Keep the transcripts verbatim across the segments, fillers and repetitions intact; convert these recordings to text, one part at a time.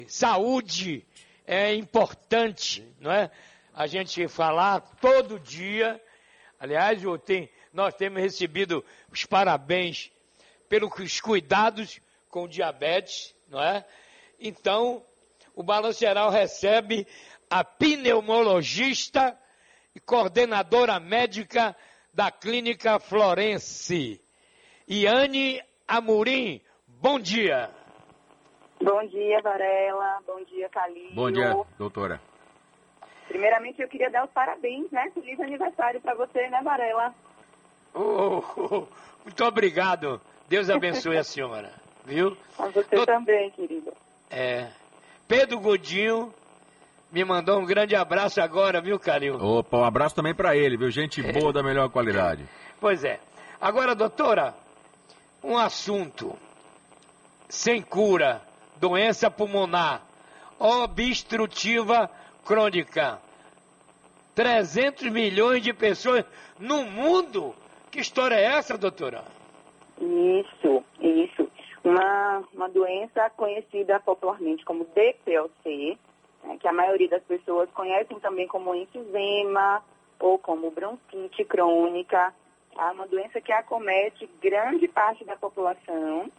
Saúde é importante, não é? A gente falar todo dia. Aliás, eu tenho, nós temos recebido os parabéns pelos cuidados com o diabetes, não é? Então, o Balanço Geral recebe a pneumologista e coordenadora médica da Clínica Florence, Iane Amorim. Bom dia. Bom dia, Varela. Bom dia, Calil. Bom dia, doutora. Primeiramente, eu queria dar os parabéns, né? Feliz aniversário para você, né, Varela? Oh, oh, muito obrigado. Deus abençoe a senhora, viu? A você Do... também, querida. É. Pedro Godinho me mandou um grande abraço agora, viu, Calil? Opa, um abraço também para ele, viu? Gente boa é. da melhor qualidade. Pois é. Agora, doutora, um assunto sem cura, doença pulmonar obstrutiva crônica. trezentos milhões de pessoas no mundo? Que história é essa, doutora? Isso, isso. Uma, uma doença conhecida popularmente como D P O C, né, que a maioria das pessoas conhecem também como enfisema ou como bronquite crônica. É uma doença que acomete grande parte da população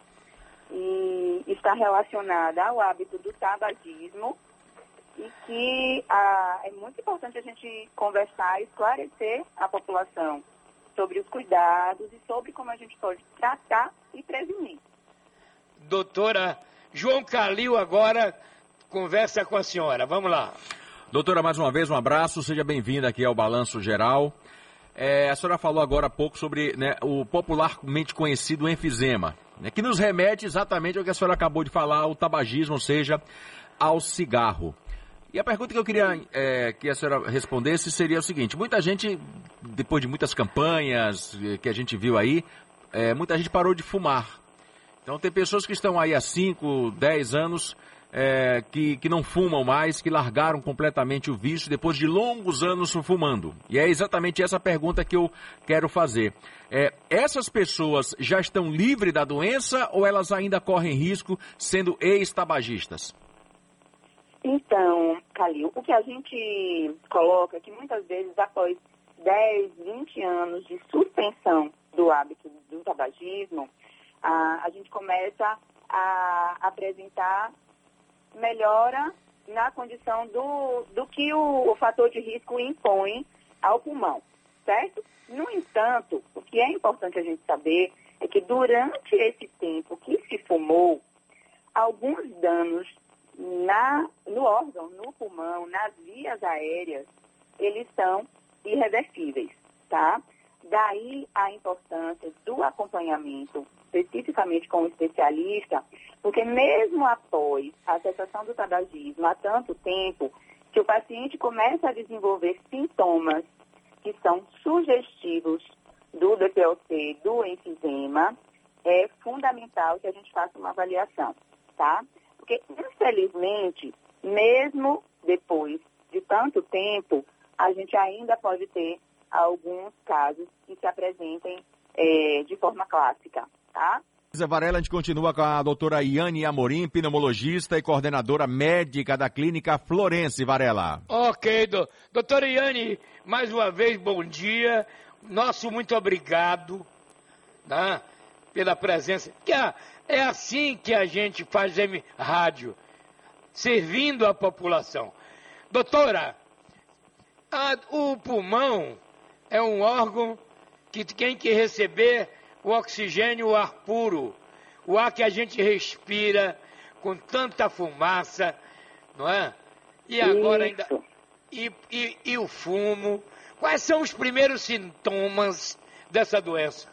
e está relacionada ao hábito do tabagismo e que ah, é muito importante a gente conversar e esclarecer a população sobre os cuidados e sobre como a gente pode tratar e prevenir. Doutora João Calil agora conversa com a senhora. Vamos lá. Doutora, mais uma vez um abraço, seja bem-vinda aqui ao Balanço Geral. É, a senhora falou agora há pouco sobre, né, o popularmente conhecido enfisema, né, que nos remete exatamente ao que a senhora acabou de falar, o tabagismo, ou seja, ao cigarro. E a pergunta que eu queria é, que a senhora respondesse seria o seguinte: muita gente, depois de muitas campanhas que a gente viu aí, é, muita gente parou de fumar. Então tem pessoas que estão aí há cinco, dez anos é, que, que não fumam mais, que largaram completamente o vício depois de longos anos fumando. E é exatamente essa pergunta que eu quero fazer. É, essas pessoas já estão livres da doença ou elas ainda correm risco sendo ex-tabagistas? Então, Calil, o que a gente coloca é que muitas vezes após dez, vinte anos de suspensão do hábito do tabagismo, a, a gente começa a apresentar melhora na condição do, do que o, o fator de risco impõe ao pulmão, certo? No entanto, o que é importante a gente saber é que durante esse tempo que se fumou, alguns danos na, no órgão, no pulmão, nas vias aéreas, eles são irreversíveis, tá? Daí a importância do acompanhamento, especificamente com o especialista, porque mesmo após a cessação do tabagismo há tanto tempo, que o paciente começa a desenvolver sintomas que são sugestivos do D P O C, do enfisema, é fundamental que a gente faça uma avaliação, tá? Porque, infelizmente, mesmo depois de tanto tempo, a gente ainda pode ter alguns casos que se apresentem é, de forma clássica, tá? Zé Varela, a gente continua com a doutora Iane Amorim, pneumologista e coordenadora médica da Clínica Florence, Varela. Ok, do, doutora Iane, mais uma vez, bom dia. Nosso muito obrigado, tá, pela presença. Que é, é assim que a gente faz rádio, servindo a população. Doutora, a, o pulmão é um órgão que tem que receber o oxigênio, o ar puro, o ar que a gente respira com tanta fumaça, não é? E agora ainda... E, e, e o fumo. Quais são os primeiros sintomas dessa doença?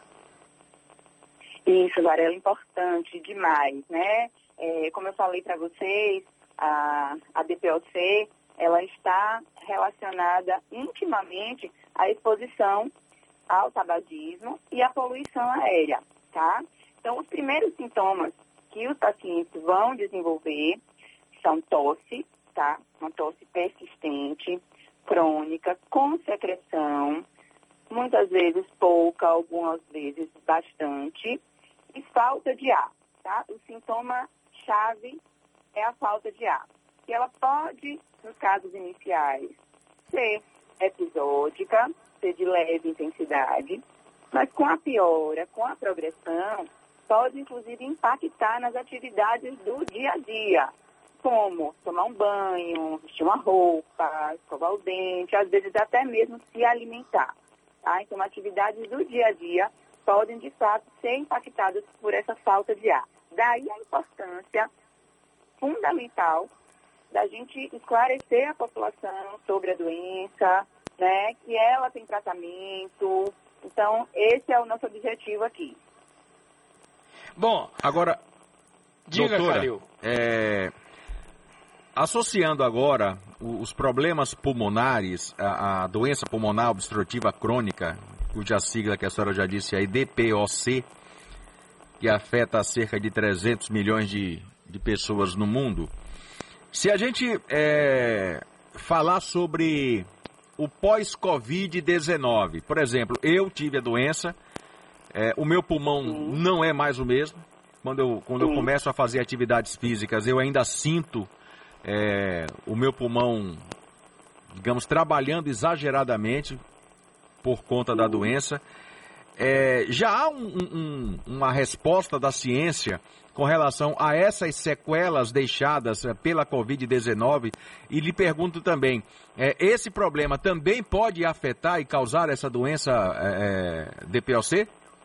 Isso, Varela, é importante demais, né? É, como eu falei para vocês, a, a D P O C, ela está relacionada intimamente à exposição ao tabagismo e à poluição aérea, tá? Então, os primeiros sintomas que os pacientes vão desenvolver são tosse, tá? Uma tosse persistente, crônica, com secreção, muitas vezes pouca, algumas vezes bastante, e falta de ar, tá? O sintoma chave é a falta de ar. E ela pode, nos casos iniciais, ser episódica, ser de leve intensidade, mas com a piora, com a progressão, pode inclusive impactar nas atividades do dia a dia, como tomar um banho, vestir uma roupa, escovar o dente, às vezes até mesmo se alimentar. Tá? Então, atividades do dia a dia podem, de fato, ser impactadas por essa falta de ar. Daí a importância fundamental da gente esclarecer a população sobre a doença, né, que ela tem tratamento. Então, esse é o nosso objetivo aqui. Bom, agora, diga, doutora, Calil. É, associando agora os problemas pulmonares, a, a doença pulmonar obstrutiva crônica, cuja sigla que a senhora já disse aí, D P O C, que afeta cerca de trezentos milhões de, de pessoas no mundo. Se a gente é, falar sobre o pós-covid dezenove, por exemplo, eu tive a doença, é, o meu pulmão Sim. não é mais o mesmo. Quando, eu, quando eu começo a fazer atividades físicas, eu ainda sinto é, o meu pulmão, digamos, trabalhando exageradamente por conta da doença. É, já há um, um, uma resposta da ciência com relação a essas sequelas deixadas pela covid dezenove, e lhe pergunto também, é, esse problema também pode afetar e causar essa doença é, D P O C?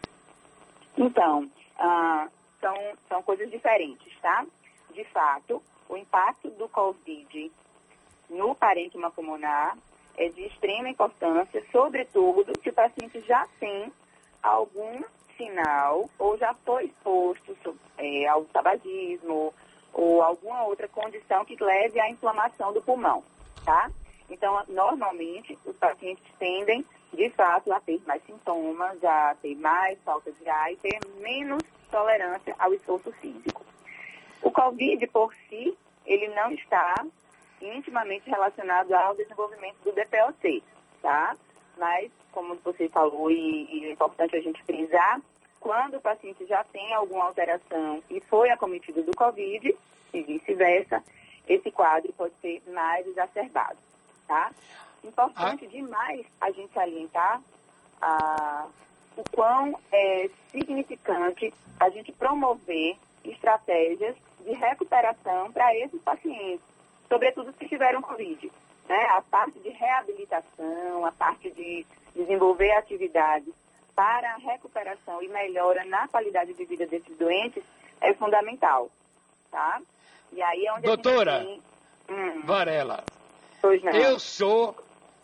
Então, ah, são, são coisas diferentes, tá? De fato, o impacto do Covid no parênquima pulmonar é de extrema importância, sobretudo se o paciente já tem algum sinal ou já foi exposto é, ao tabagismo ou alguma outra condição que leve à inflamação do pulmão, tá? Então, normalmente, os pacientes tendem, de fato, a ter mais sintomas, a ter mais falta de ar e ter menos tolerância ao esforço físico. O Covid, por si, ele não está intimamente relacionado ao desenvolvimento do D P O C, tá? Mas, como você falou, e, e é importante a gente frisar, quando o paciente já tem alguma alteração e foi acometido do Covid, e vice-versa, esse quadro pode ser mais exacerbado, tá? Importante ah. demais a gente salientar ah, o quão é significante a gente promover estratégias de recuperação para esses pacientes, sobretudo se tiveram Covid. Né? A parte de reabilitação, a parte de desenvolver atividades para a recuperação e melhora na qualidade de vida desses doentes é fundamental, tá? E aí é onde Doutora a gente tem... hum. Varela, Pois não. eu sou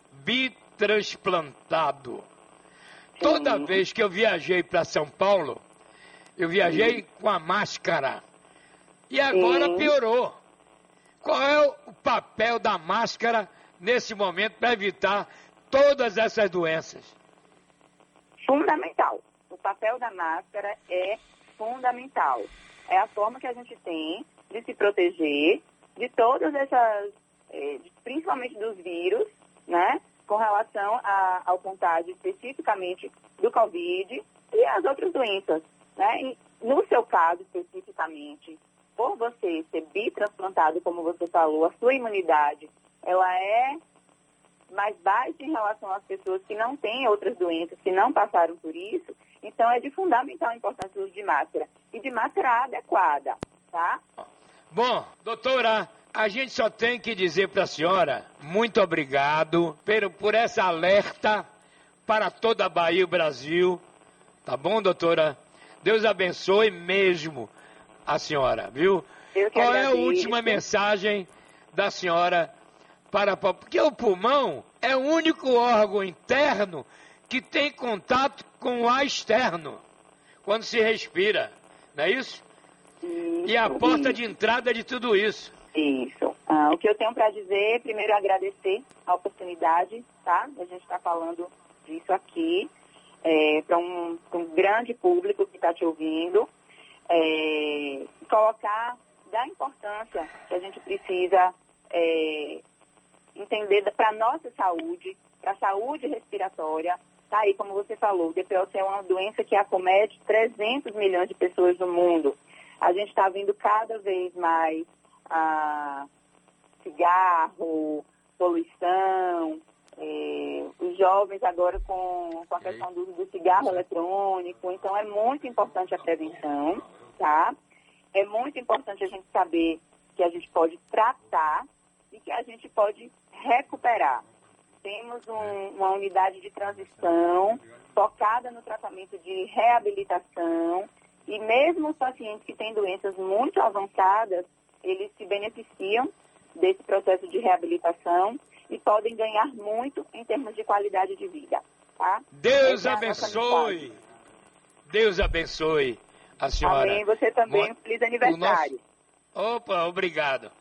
bitransplantado. Sim. Toda vez que eu viajei para São Paulo, eu viajei Sim. com a máscara. E agora Sim. piorou. Qual é o papel da máscara nesse momento para evitar todas essas doenças? Fundamental. O papel da máscara é fundamental. É a forma que a gente tem de se proteger de todas essas, principalmente dos vírus, né, com relação a, ao contágio especificamente do Covid e as outras doenças, né? E no seu caso especificamente, por você ser bitransplantado, como você falou, a sua imunidade, ela é mais baixa em relação às pessoas que não têm outras doenças, que não passaram por isso. Então, é de fundamental importância o uso de máscara. E de máscara adequada, tá? Bom, doutora, a gente só tem que dizer para a senhora, muito obrigado por, por essa alerta para toda a Bahia e o Brasil. Tá bom, doutora? Deus abençoe mesmo a senhora, viu? Qual é a última mensagem da senhora para... Porque o pulmão é o único órgão interno que tem contato com o ar externo, quando se respira, não é isso? Isso, e a porta isso. de entrada de tudo isso. Isso. Ah, o que eu tenho para dizer, primeiro agradecer a oportunidade, tá? A gente está falando disso aqui, é, para um, um grande público que está te ouvindo. É, colocar da importância que a gente precisa é, entender para a nossa saúde, para a saúde respiratória. Tá aí, como você falou, o D P O C é uma doença que acomete trezentos milhões de pessoas no mundo. A gente está vendo cada vez mais a cigarro, poluição, é, os jovens agora com, com a questão do, do cigarro eletrônico. Então, é muito importante a prevenção, tá? É muito importante a gente saber que a gente pode tratar e que a gente pode recuperar. Temos um, uma unidade de transição focada no tratamento de reabilitação e mesmo os pacientes que têm doenças muito avançadas, eles se beneficiam desse processo de reabilitação e podem ganhar muito em termos de qualidade de vida, tá? Deus abençoe! Deus abençoe a senhora. Amém. Você também, um feliz aniversário. Nosso... Opa, obrigado.